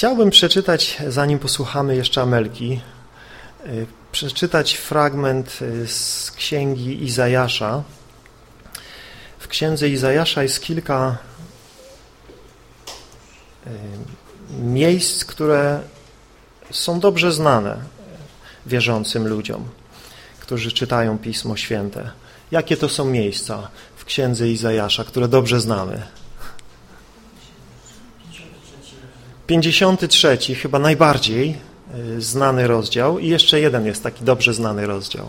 Chciałbym przeczytać, zanim posłuchamy jeszcze Amelki, przeczytać fragment z księgi Izajasza. W księdze Izajasza jest kilka miejsc, które są dobrze znane wierzącym ludziom, którzy czytają Pismo Święte. Jakie to są miejsca w księdze Izajasza, które dobrze znamy? 53, chyba najbardziej znany rozdział i jeszcze jeden jest taki dobrze znany rozdział.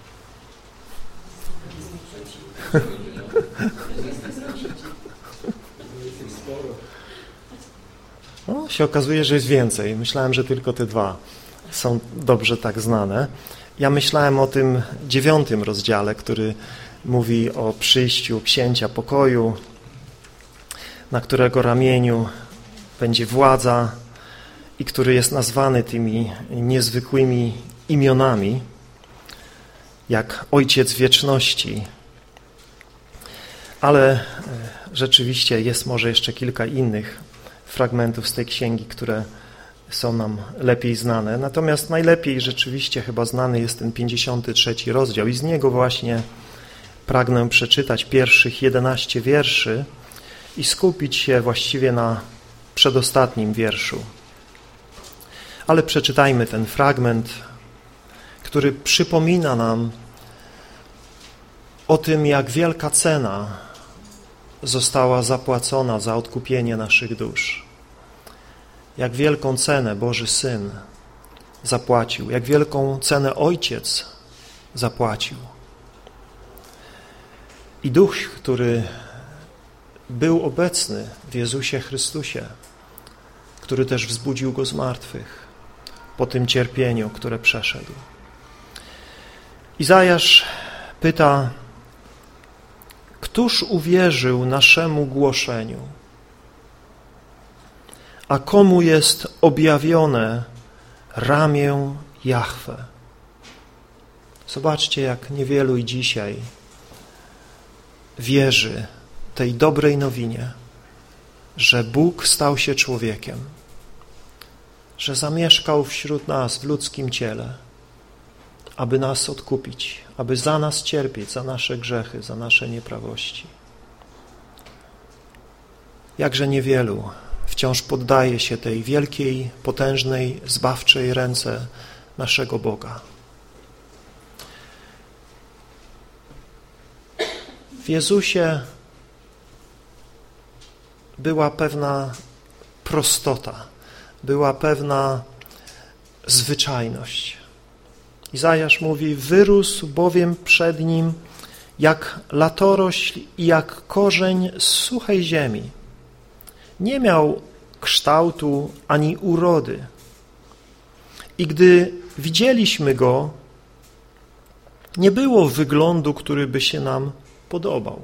No, się okazuje, że jest więcej. Myślałem, że tylko te dwa są dobrze tak znane. Ja myślałem o tym 9 rozdziale, który mówi o przyjściu Księcia Pokoju, na którego ramieniu będzie władza i który jest nazwany tymi niezwykłymi imionami, jak Ojciec Wieczności. Ale rzeczywiście jest może jeszcze kilka innych fragmentów z tej księgi, które są nam lepiej znane. Natomiast najlepiej rzeczywiście chyba znany jest ten 53 rozdział i z niego właśnie pragnę przeczytać pierwszych 11 wierszy i skupić się właściwie na przedostatnim wierszu. Ale przeczytajmy ten fragment, który przypomina nam o tym, jak wielka cena została zapłacona za odkupienie naszych dusz. Jak wielką cenę Boży Syn zapłacił, jak wielką cenę Ojciec zapłacił. I Duch, który był obecny w Jezusie Chrystusie, który też wzbudził Go z martwych po tym cierpieniu, które przeszedł. Izajasz pyta, któż uwierzył naszemu głoszeniu? A komu jest objawione ramię Jahwe? Zobaczcie, jak niewielu i dzisiaj wierzy tej dobrej nowinie, że Bóg stał się człowiekiem, że zamieszkał wśród nas w ludzkim ciele, aby nas odkupić, aby za nas cierpieć, za nasze grzechy, za nasze nieprawości. Jakże niewielu wciąż poddaje się tej wielkiej, potężnej, zbawczej ręce naszego Boga. W Jezusie była pewna prostota, była pewna zwyczajność. Izajasz mówi, wyrósł bowiem przed nim jak latorośl i jak korzeń z suchej ziemi. Nie miał kształtu ani urody. I gdy widzieliśmy go, nie było wyglądu, który by się nam podobał.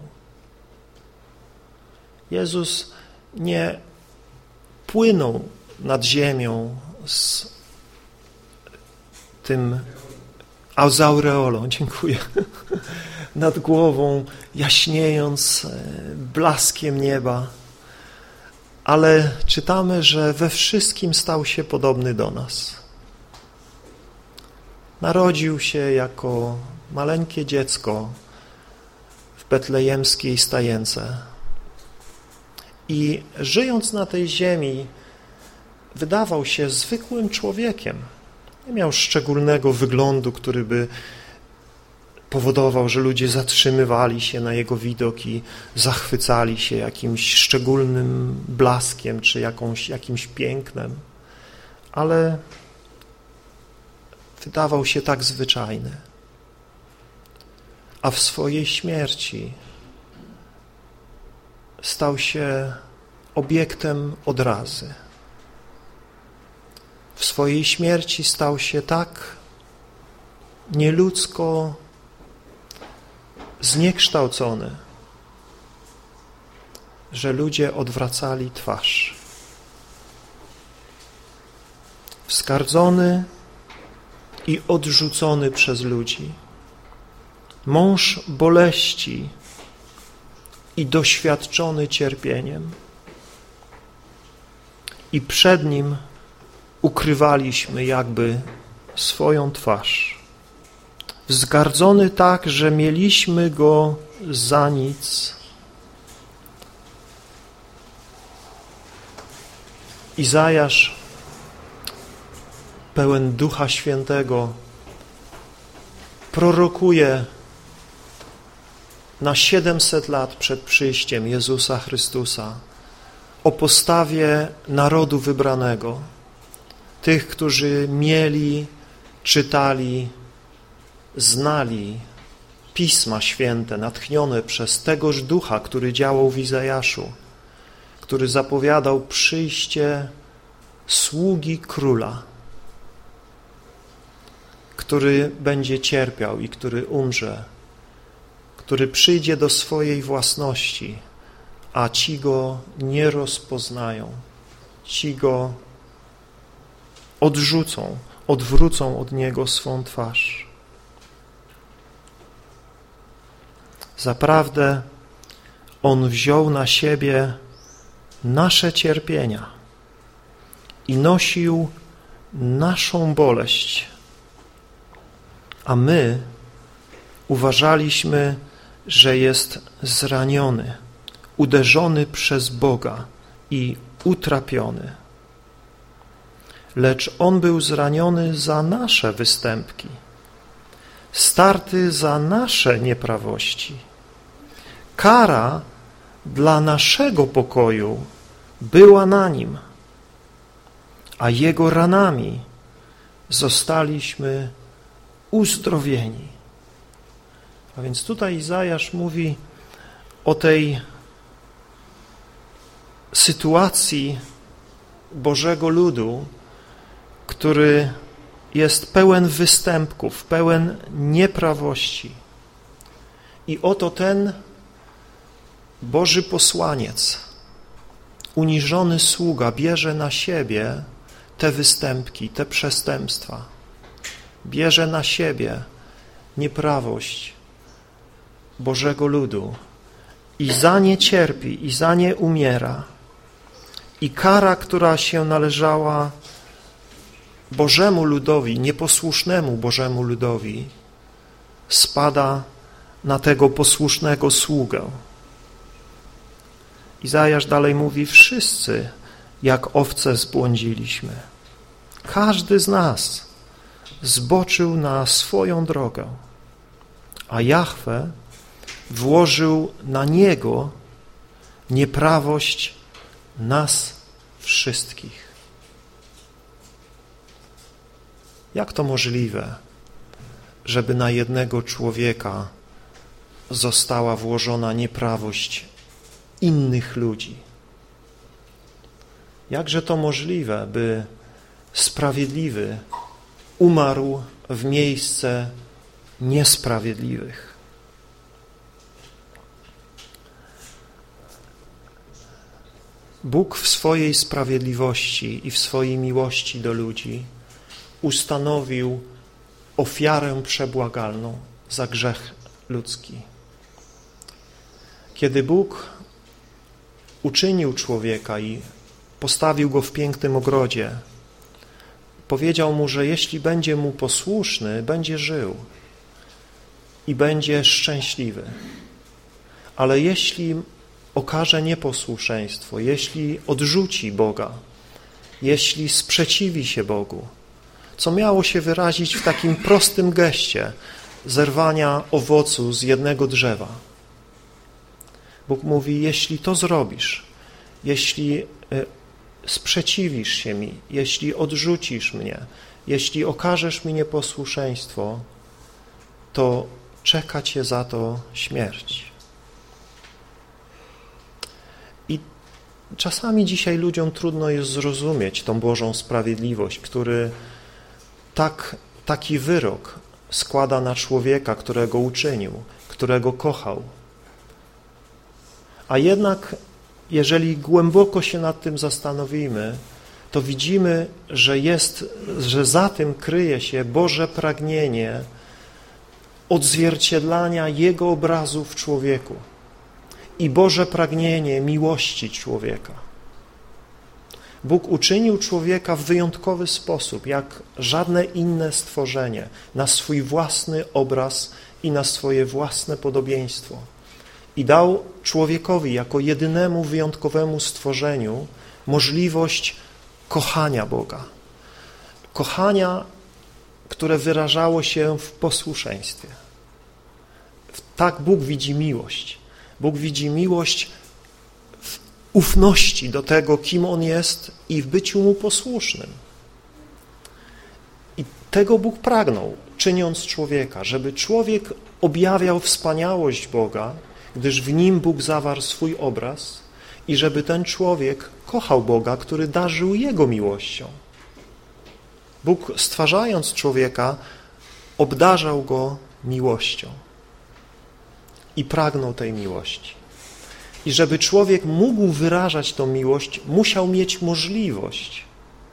Jezus nie płynął nad ziemią z tym z aureolą, dziękuję, nad głową, jaśniejąc blaskiem nieba, ale czytamy, że we wszystkim stał się podobny do nas. Narodził się jako maleńkie dziecko w betlejemskiej stajence i żyjąc na tej ziemi wydawał się zwykłym człowiekiem. Nie miał szczególnego wyglądu, który by powodował, że ludzie zatrzymywali się na jego widok i zachwycali się jakimś szczególnym blaskiem czy jakimś pięknem, ale wydawał się tak zwyczajny. A w swojej śmierci stał się obiektem odrazy. W swojej śmierci stał się tak nieludzko zniekształcony, że ludzie odwracali twarz. Wskardzony i odrzucony przez ludzi, mąż boleści i doświadczony cierpieniem. I przed nim ukrywaliśmy jakby swoją twarz. Wzgardzony tak, że mieliśmy go za nic. Izajasz, pełen Ducha Świętego, prorokuje na 700 lat przed przyjściem Jezusa Chrystusa o postawie narodu wybranego, tych, którzy mieli, czytali, znali Pisma Święte, natchnione przez tegoż Ducha, który działał w Izajaszu, który zapowiadał przyjście sługi króla, który będzie cierpiał i który umrze, który przyjdzie do swojej własności, a ci go nie rozpoznają, ci go odrzucą, odwrócą od niego swą twarz. Zaprawdę on wziął na siebie nasze cierpienia i nosił naszą boleść, a my uważaliśmy, że jest zraniony, uderzony przez Boga i utrapiony. Lecz on był zraniony za nasze występki, starty za nasze nieprawości. Kara dla naszego pokoju była na nim, a jego ranami zostaliśmy uzdrowieni. A więc tutaj Izajasz mówi o tej sytuacji Bożego ludu, który jest pełen występków, pełen nieprawości. I oto ten Boży posłaniec, uniżony sługa, bierze na siebie te występki, te przestępstwa. Bierze na siebie nieprawość Bożego ludu i za nie cierpi, i za nie umiera. I kara, która się należała Bożemu ludowi, nieposłusznemu Bożemu ludowi, spada na tego posłusznego sługę. Izajasz dalej mówi, wszyscy jak owce zbłądziliśmy. Każdy z nas zboczył na swoją drogę, a Jahwe włożył na niego nieprawość nas wszystkich. Jak to możliwe, żeby na jednego człowieka została włożona nieprawość innych ludzi? Jakże to możliwe, by sprawiedliwy umarł w miejsce niesprawiedliwych? Bóg w swojej sprawiedliwości i w swojej miłości do ludzi ustanowił ofiarę przebłagalną za grzech ludzki. Kiedy Bóg uczynił człowieka i postawił go w pięknym ogrodzie, powiedział mu, że jeśli będzie mu posłuszny, będzie żył i będzie szczęśliwy. Ale jeśli okaże nieposłuszeństwo, jeśli odrzuci Boga, jeśli sprzeciwi się Bogu, co miało się wyrazić w takim prostym geście zerwania owocu z jednego drzewa. Bóg mówi, jeśli to zrobisz, jeśli sprzeciwisz się mi, jeśli odrzucisz mnie, jeśli okażesz mi nieposłuszeństwo, to czeka cię za to śmierć. I czasami dzisiaj ludziom trudno jest zrozumieć tą Bożą sprawiedliwość, który taki wyrok składa na człowieka, którego uczynił, którego kochał. A jednak, jeżeli głęboko się nad tym zastanowimy, to widzimy, że za tym kryje się Boże pragnienie odzwierciedlania Jego obrazu w człowieku i Boże pragnienie miłości człowieka. Bóg uczynił człowieka w wyjątkowy sposób, jak żadne inne stworzenie, na swój własny obraz i na swoje własne podobieństwo. I dał człowiekowi jako jedynemu wyjątkowemu stworzeniu możliwość kochania Boga. Kochania, które wyrażało się w posłuszeństwie. Tak Bóg widzi miłość. Bóg widzi miłość w ufności do tego, kim On jest i w byciu Mu posłusznym. I tego Bóg pragnął, czyniąc człowieka, żeby człowiek objawiał wspaniałość Boga, gdyż w nim Bóg zawarł swój obraz i żeby ten człowiek kochał Boga, który darzył jego miłością. Bóg, stwarzając człowieka, obdarzał go miłością i pragnął tej miłości. I żeby człowiek mógł wyrażać tą miłość, musiał mieć możliwość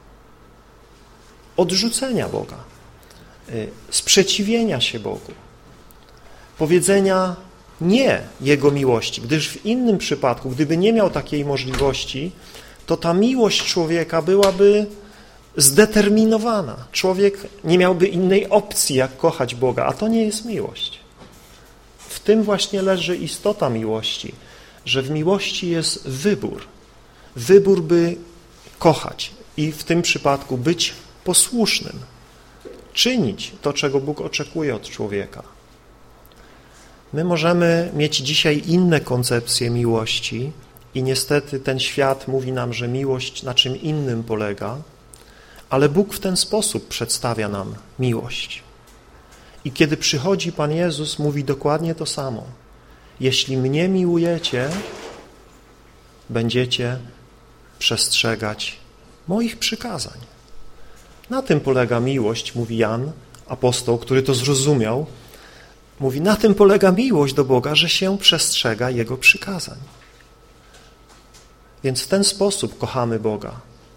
odrzucenia Boga, sprzeciwienia się Bogu, powiedzenia nie Jego miłości, gdyż w innym przypadku, gdyby nie miał takiej możliwości, to ta miłość człowieka byłaby zdeterminowana. Człowiek nie miałby innej opcji, jak kochać Boga, a to nie jest miłość. W tym właśnie leży istota miłości, że w miłości jest wybór. Wybór, by kochać i w tym przypadku być posłusznym, czynić to, czego Bóg oczekuje od człowieka. My możemy mieć dzisiaj inne koncepcje miłości i niestety ten świat mówi nam, że miłość na czym innym polega, ale Bóg w ten sposób przedstawia nam miłość. I kiedy przychodzi Pan Jezus, mówi dokładnie to samo. Jeśli mnie miłujecie, będziecie przestrzegać moich przykazań. Na tym polega miłość, mówi Jan, apostoł, który to zrozumiał. Mówi, na tym polega miłość do Boga, że się przestrzega Jego przykazań. Więc w ten sposób kochamy Boga.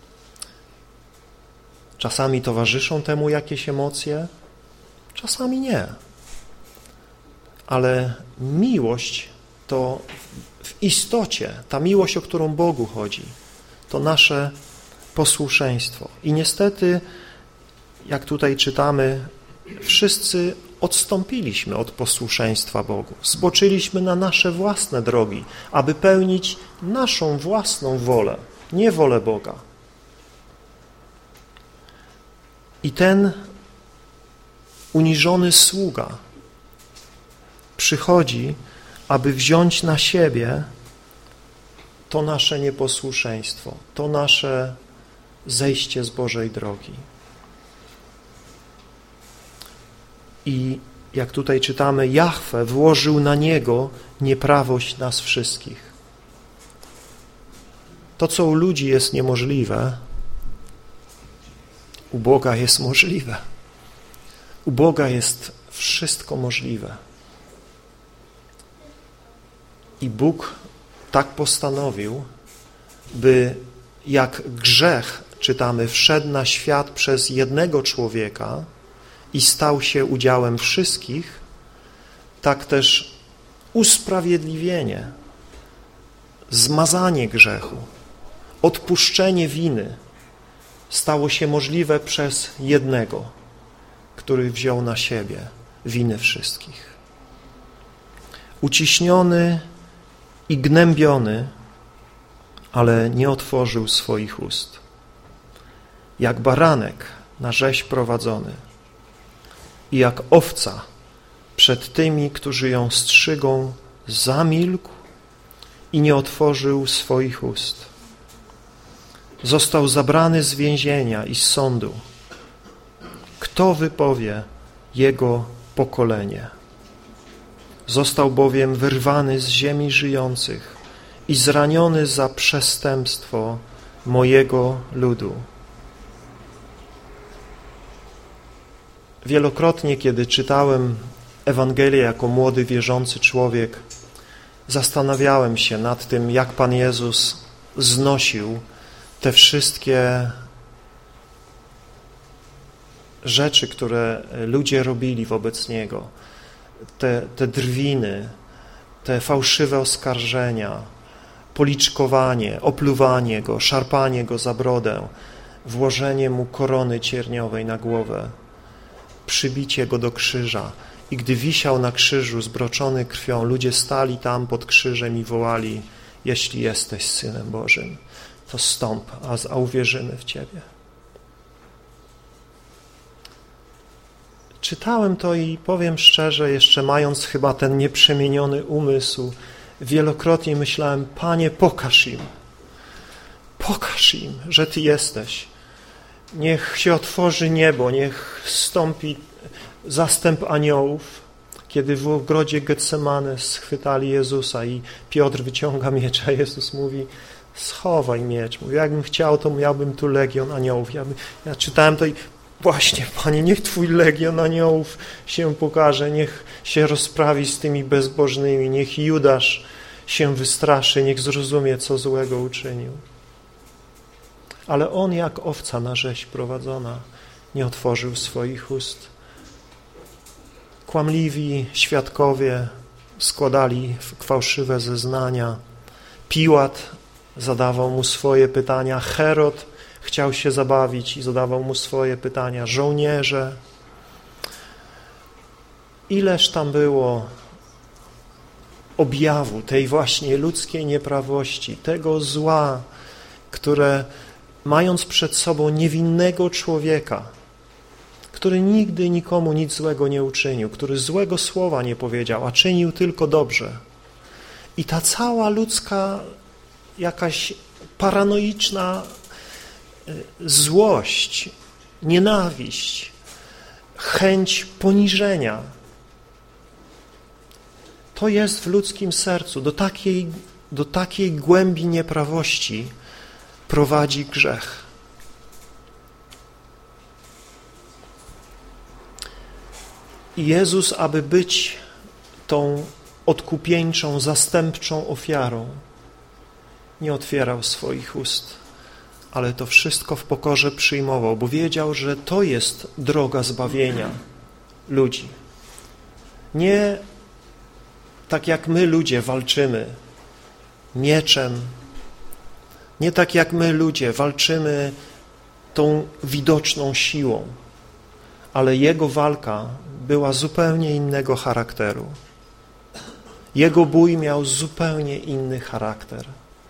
Czasami towarzyszą temu jakieś emocje, czasami nie. Ale miłość to w istocie, ta miłość, o którą Bogu chodzi, to nasze posłuszeństwo. I niestety, jak tutaj czytamy, wszyscy odstąpiliśmy od posłuszeństwa Bogu. Zboczyliśmy na nasze własne drogi, aby pełnić naszą własną wolę, nie wolę Boga. I ten uniżony sługa przychodzi, aby wziąć na siebie to nasze nieposłuszeństwo, to nasze zejście z Bożej drogi. I jak tutaj czytamy, Jahwe włożył na Niego nieprawość nas wszystkich. To, co u ludzi jest niemożliwe, u Boga jest możliwe. U Boga jest wszystko możliwe. I Bóg tak postanowił, by jak grzech, czytamy, wszedł na świat przez jednego człowieka i stał się udziałem wszystkich, tak też usprawiedliwienie, zmazanie grzechu, odpuszczenie winy stało się możliwe przez jednego, który wziął na siebie winy wszystkich. Uciśniony i gnębiony, ale nie otworzył swoich ust. Jak baranek na rzeź prowadzony i jak owca przed tymi, którzy ją strzygą, zamilkł i nie otworzył swoich ust. Został zabrany z więzienia i z sądu. Kto wypowie jego pokolenie? Został bowiem wyrwany z ziemi żyjących i zraniony za przestępstwo mojego ludu. Wielokrotnie, kiedy czytałem Ewangelię jako młody, wierzący człowiek, zastanawiałem się nad tym, jak Pan Jezus znosił te wszystkie rzeczy, które ludzie robili wobec Niego, te drwiny, te fałszywe oskarżenia, policzkowanie, opluwanie go, szarpanie go za brodę, włożenie mu korony cierniowej na głowę, przybicie go do krzyża. I gdy wisiał na krzyżu zbroczony krwią, ludzie stali tam pod krzyżem i wołali: jeśli jesteś Synem Bożym, to stąp, a uwierzymy w Ciebie. Czytałem to i powiem szczerze, jeszcze mając chyba ten nieprzemieniony umysł, wielokrotnie myślałem: Panie, pokaż im, że Ty jesteś. Niech się otworzy niebo, niech zstąpi zastęp aniołów, kiedy w ogrodzie Getsemane schwytali Jezusa i Piotr wyciąga miecz, a Jezus mówi: schowaj miecz. Mówi: jakbym chciał, to miałbym tu legion aniołów. Ja czytałem to i właśnie, Panie, niech Twój legion aniołów się pokaże, niech się rozprawi z tymi bezbożnymi, niech Judasz się wystraszy, niech zrozumie, co złego uczynił. Ale on jak owca na rzeź prowadzona nie otworzył swoich ust. Kłamliwi świadkowie składali fałszywe zeznania. Piłat zadawał mu swoje pytania. Herod chciał się zabawić i zadawał mu swoje pytania. Żołnierze. Ileż tam było objawu tej właśnie ludzkiej nieprawości, tego zła, które mając przed sobą niewinnego człowieka, który nigdy nikomu nic złego nie uczynił, który złego słowa nie powiedział, a czynił tylko dobrze. I ta cała ludzka jakaś paranoiczna złość, nienawiść, chęć poniżenia, to jest w ludzkim sercu. Do takiej głębi nieprawości prowadzi grzech. I Jezus, aby być tą odkupieńczą, zastępczą ofiarą, nie otwierał swoich ust, ale to wszystko w pokorze przyjmował, bo wiedział, że to jest droga zbawienia ludzi. Nie tak jak my ludzie walczymy mieczem, nie tak jak my ludzie walczymy tą widoczną siłą, ale Jego walka była zupełnie innego charakteru. Jego bój miał zupełnie inny charakter.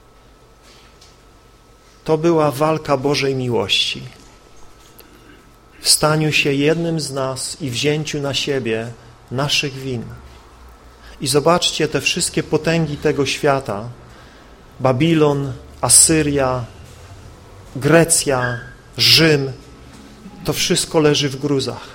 To była walka Bożej miłości. W staniu się jednym z nas i wzięciu na siebie naszych win. I zobaczcie te wszystkie potęgi tego świata. Babilon, Asyria, Grecja, Rzym. To wszystko leży w gruzach.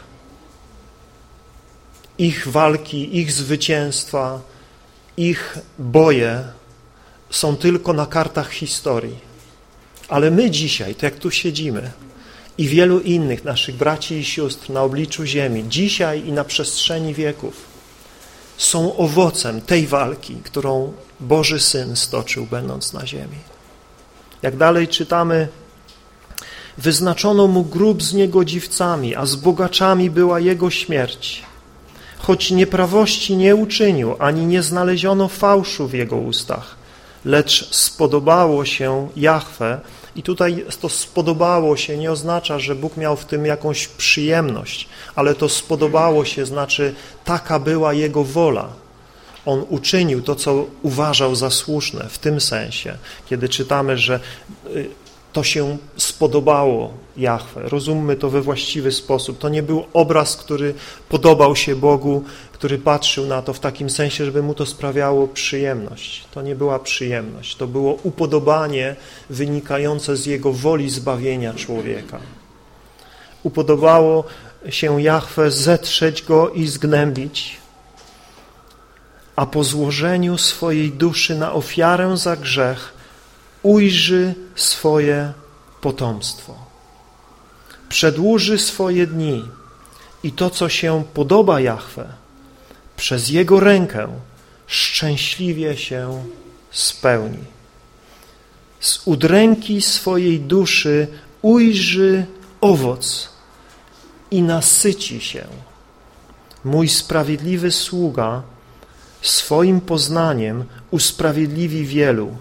Ich walki, ich zwycięstwa, ich boje są tylko na kartach historii. Ale my dzisiaj, tak jak tu siedzimy i wielu innych naszych braci i sióstr na obliczu ziemi, dzisiaj i na przestrzeni wieków, są owocem tej walki, którą Boży Syn stoczył, będąc na ziemi. Jak dalej czytamy: wyznaczono mu grób z niegodziwcami, a z bogaczami była jego śmierć. Choć nieprawości nie uczynił, ani nie znaleziono fałszu w jego ustach, lecz spodobało się Jahwe. I tutaj to spodobało się nie oznacza, że Bóg miał w tym jakąś przyjemność, ale to spodobało się znaczy taka była Jego wola. On uczynił to, co uważał za słuszne w tym sensie, kiedy czytamy, że to się spodobało Jahwe. Rozummy to we właściwy sposób. To nie był obraz, który podobał się Bogu, który patrzył na to w takim sensie, żeby mu to sprawiało przyjemność. To nie była przyjemność. To było upodobanie wynikające z Jego woli zbawienia człowieka. Upodobało się Jahwe zetrzeć go i zgnębić, a po złożeniu swojej duszy na ofiarę za grzech ujrzy swoje potomstwo. Przedłuży swoje dni i to, co się podoba Jahwe, przez Jego rękę szczęśliwie się spełni. Z udręki swojej duszy ujrzy owoc i nasyci się. Mój sprawiedliwy sługa swoim poznaniem usprawiedliwi wielu,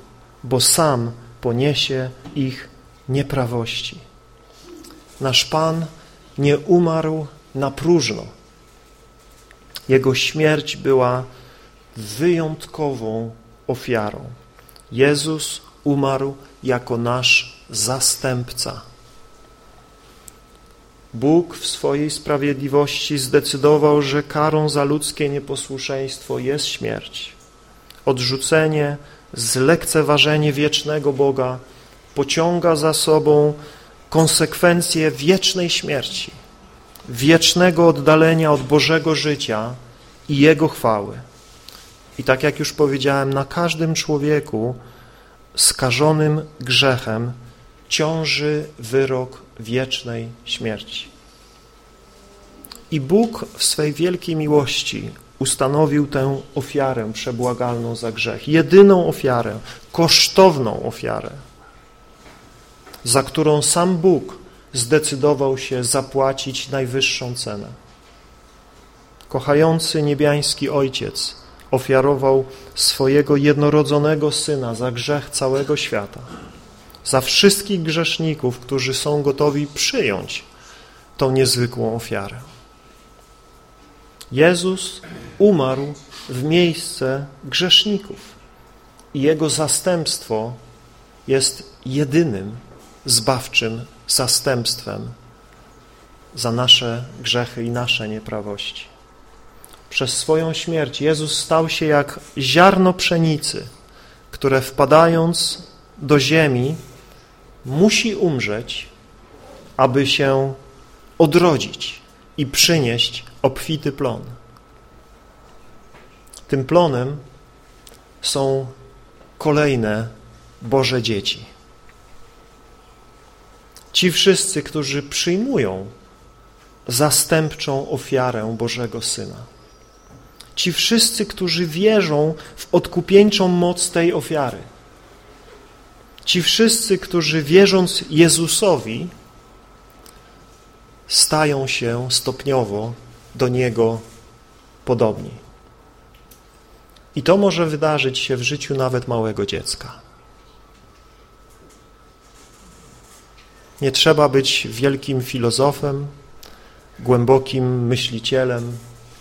bo sam poniesie ich nieprawości. Nasz Pan nie umarł na próżno. Jego śmierć była wyjątkową ofiarą. Jezus umarł jako nasz zastępca. Bóg w swojej sprawiedliwości zdecydował, że karą za ludzkie nieposłuszeństwo jest śmierć. Odrzucenie, zlekceważenie wiecznego Boga pociąga za sobą konsekwencje wiecznej śmierci, wiecznego oddalenia od Bożego życia i Jego chwały. I tak jak już powiedziałem, na każdym człowieku skażonym grzechem ciąży wyrok wiecznej śmierci. I Bóg w swej wielkiej miłości ustanowił tę ofiarę przebłagalną za grzech, jedyną ofiarę, kosztowną ofiarę, za którą sam Bóg zdecydował się zapłacić najwyższą cenę. Kochający niebiański Ojciec ofiarował swojego jednorodzonego Syna za grzech całego świata, za wszystkich grzeszników, którzy są gotowi przyjąć tą niezwykłą ofiarę. Jezus umarł w miejsce grzeszników i Jego zastępstwo jest jedynym zbawczym zastępstwem za nasze grzechy i nasze nieprawości. Przez swoją śmierć Jezus stał się jak ziarno pszenicy, które wpadając do ziemi musi umrzeć, aby się odrodzić i przynieść obfity plon. Tym plonem są kolejne Boże dzieci. Ci wszyscy, którzy przyjmują zastępczą ofiarę Bożego Syna. Ci wszyscy, którzy wierzą w odkupieńczą moc tej ofiary. Ci wszyscy, którzy wierząc Jezusowi, stają się stopniowo do Niego podobni. I to może wydarzyć się w życiu nawet małego dziecka. Nie trzeba być wielkim filozofem, głębokim myślicielem,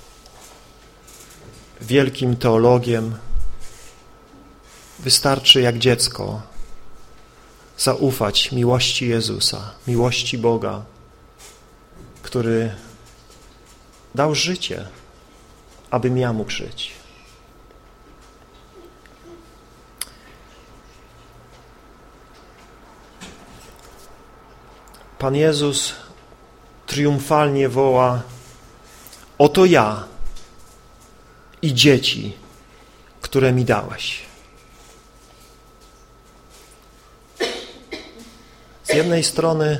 wielkim teologiem. Wystarczy jak dziecko zaufać miłości Jezusa, miłości Boga, który dał życie, abym ja mógł żyć. Pan Jezus triumfalnie woła: oto ja i dzieci, które mi dałeś. Z jednej strony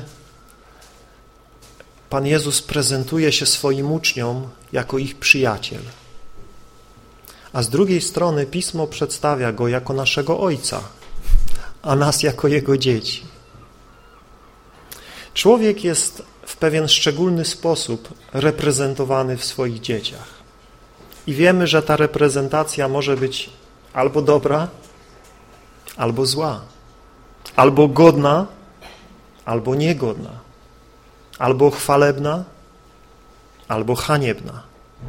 Pan Jezus prezentuje się swoim uczniom jako ich przyjaciel, a z drugiej strony Pismo przedstawia Go jako naszego Ojca, a nas jako Jego dzieci. Człowiek jest w pewien szczególny sposób reprezentowany w swoich dzieciach. I wiemy, że ta reprezentacja może być albo dobra, albo zła, albo godna, albo niegodna, albo chwalebna, albo haniebna.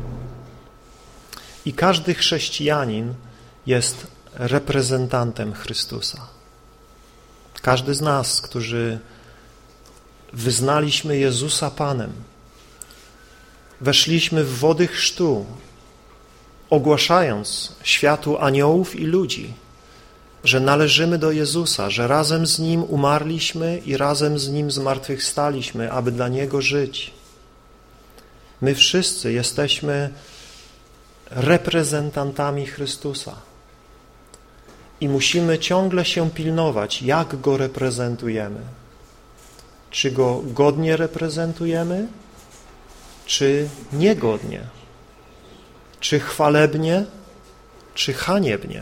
I każdy chrześcijanin jest reprezentantem Chrystusa. Każdy z nas, którzy wyznaliśmy Jezusa Panem, weszliśmy w wody chrztu, ogłaszając światu aniołów i ludzi, że należymy do Jezusa, że razem z Nim umarliśmy i razem z Nim zmartwychwstaliśmy, aby dla Niego żyć. My wszyscy jesteśmy reprezentantami Chrystusa i musimy ciągle się pilnować, jak Go reprezentujemy. Czy Go godnie reprezentujemy, czy niegodnie? Czy chwalebnie, czy haniebnie?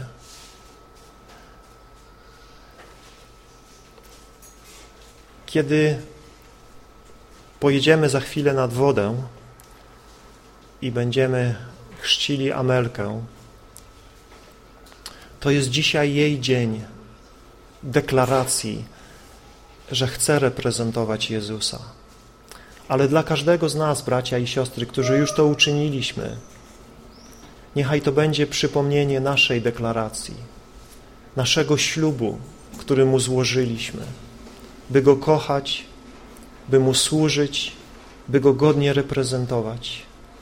Kiedy pojedziemy za chwilę nad wodę i będziemy chrzcili Amelkę, to jest dzisiaj jej dzień, deklaracji, że chcę reprezentować Jezusa. Ale dla każdego z nas, bracia i siostry, którzy już to uczyniliśmy, niechaj to będzie przypomnienie naszej deklaracji, naszego ślubu, który Mu złożyliśmy, by Go kochać, by Mu służyć, by Go godnie reprezentować.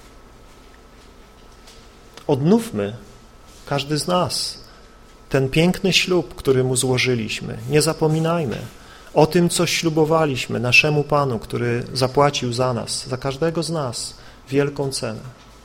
Odnówmy, każdy z nas, ten piękny ślub, który Mu złożyliśmy. Nie zapominajmy o tym, co ślubowaliśmy naszemu Panu, który zapłacił za nas, za każdego z nas wielką cenę.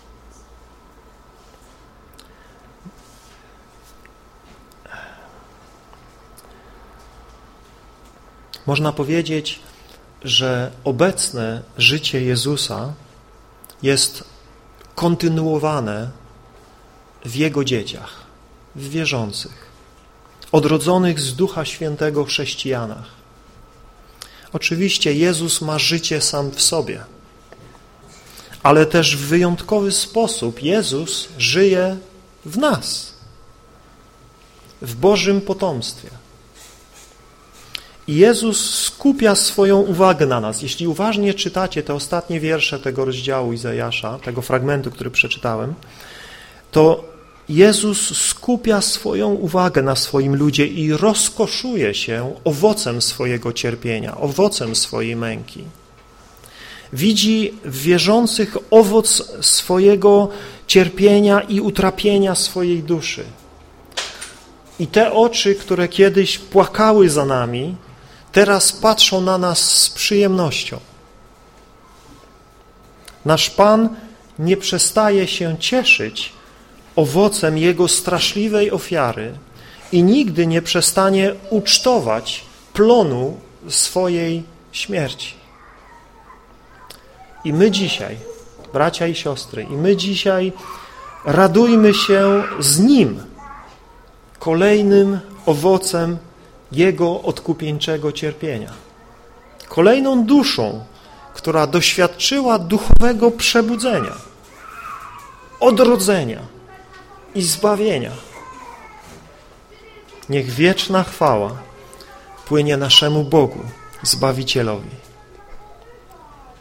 Można powiedzieć, że obecne życie Jezusa jest kontynuowane w Jego dzieciach, w wierzących, odrodzonych z Ducha Świętego chrześcijanach. Oczywiście Jezus ma życie sam w sobie, ale też w wyjątkowy sposób Jezus żyje w nas, w Bożym potomstwie. I Jezus skupia swoją uwagę na nas. Jeśli uważnie czytacie te ostatnie wiersze tego rozdziału Izajasza, tego fragmentu, który przeczytałem, to Jezus skupia swoją uwagę na swoim ludzie i rozkoszuje się owocem swojego cierpienia, owocem swojej męki. Widzi w wierzących owoc swojego cierpienia i utrapienia swojej duszy. I te oczy, które kiedyś płakały za nami, teraz patrzą na nas z przyjemnością. Nasz Pan nie przestaje się cieszyć owocem Jego straszliwej ofiary i nigdy nie przestanie ucztować plonu swojej śmierci. I my dzisiaj, bracia i siostry, radujmy się z Nim, kolejnym owocem Jego odkupieńczego cierpienia. Kolejną duszą, która doświadczyła duchowego przebudzenia, odrodzenia i zbawienia. Niech wieczna chwała płynie naszemu Bogu, Zbawicielowi.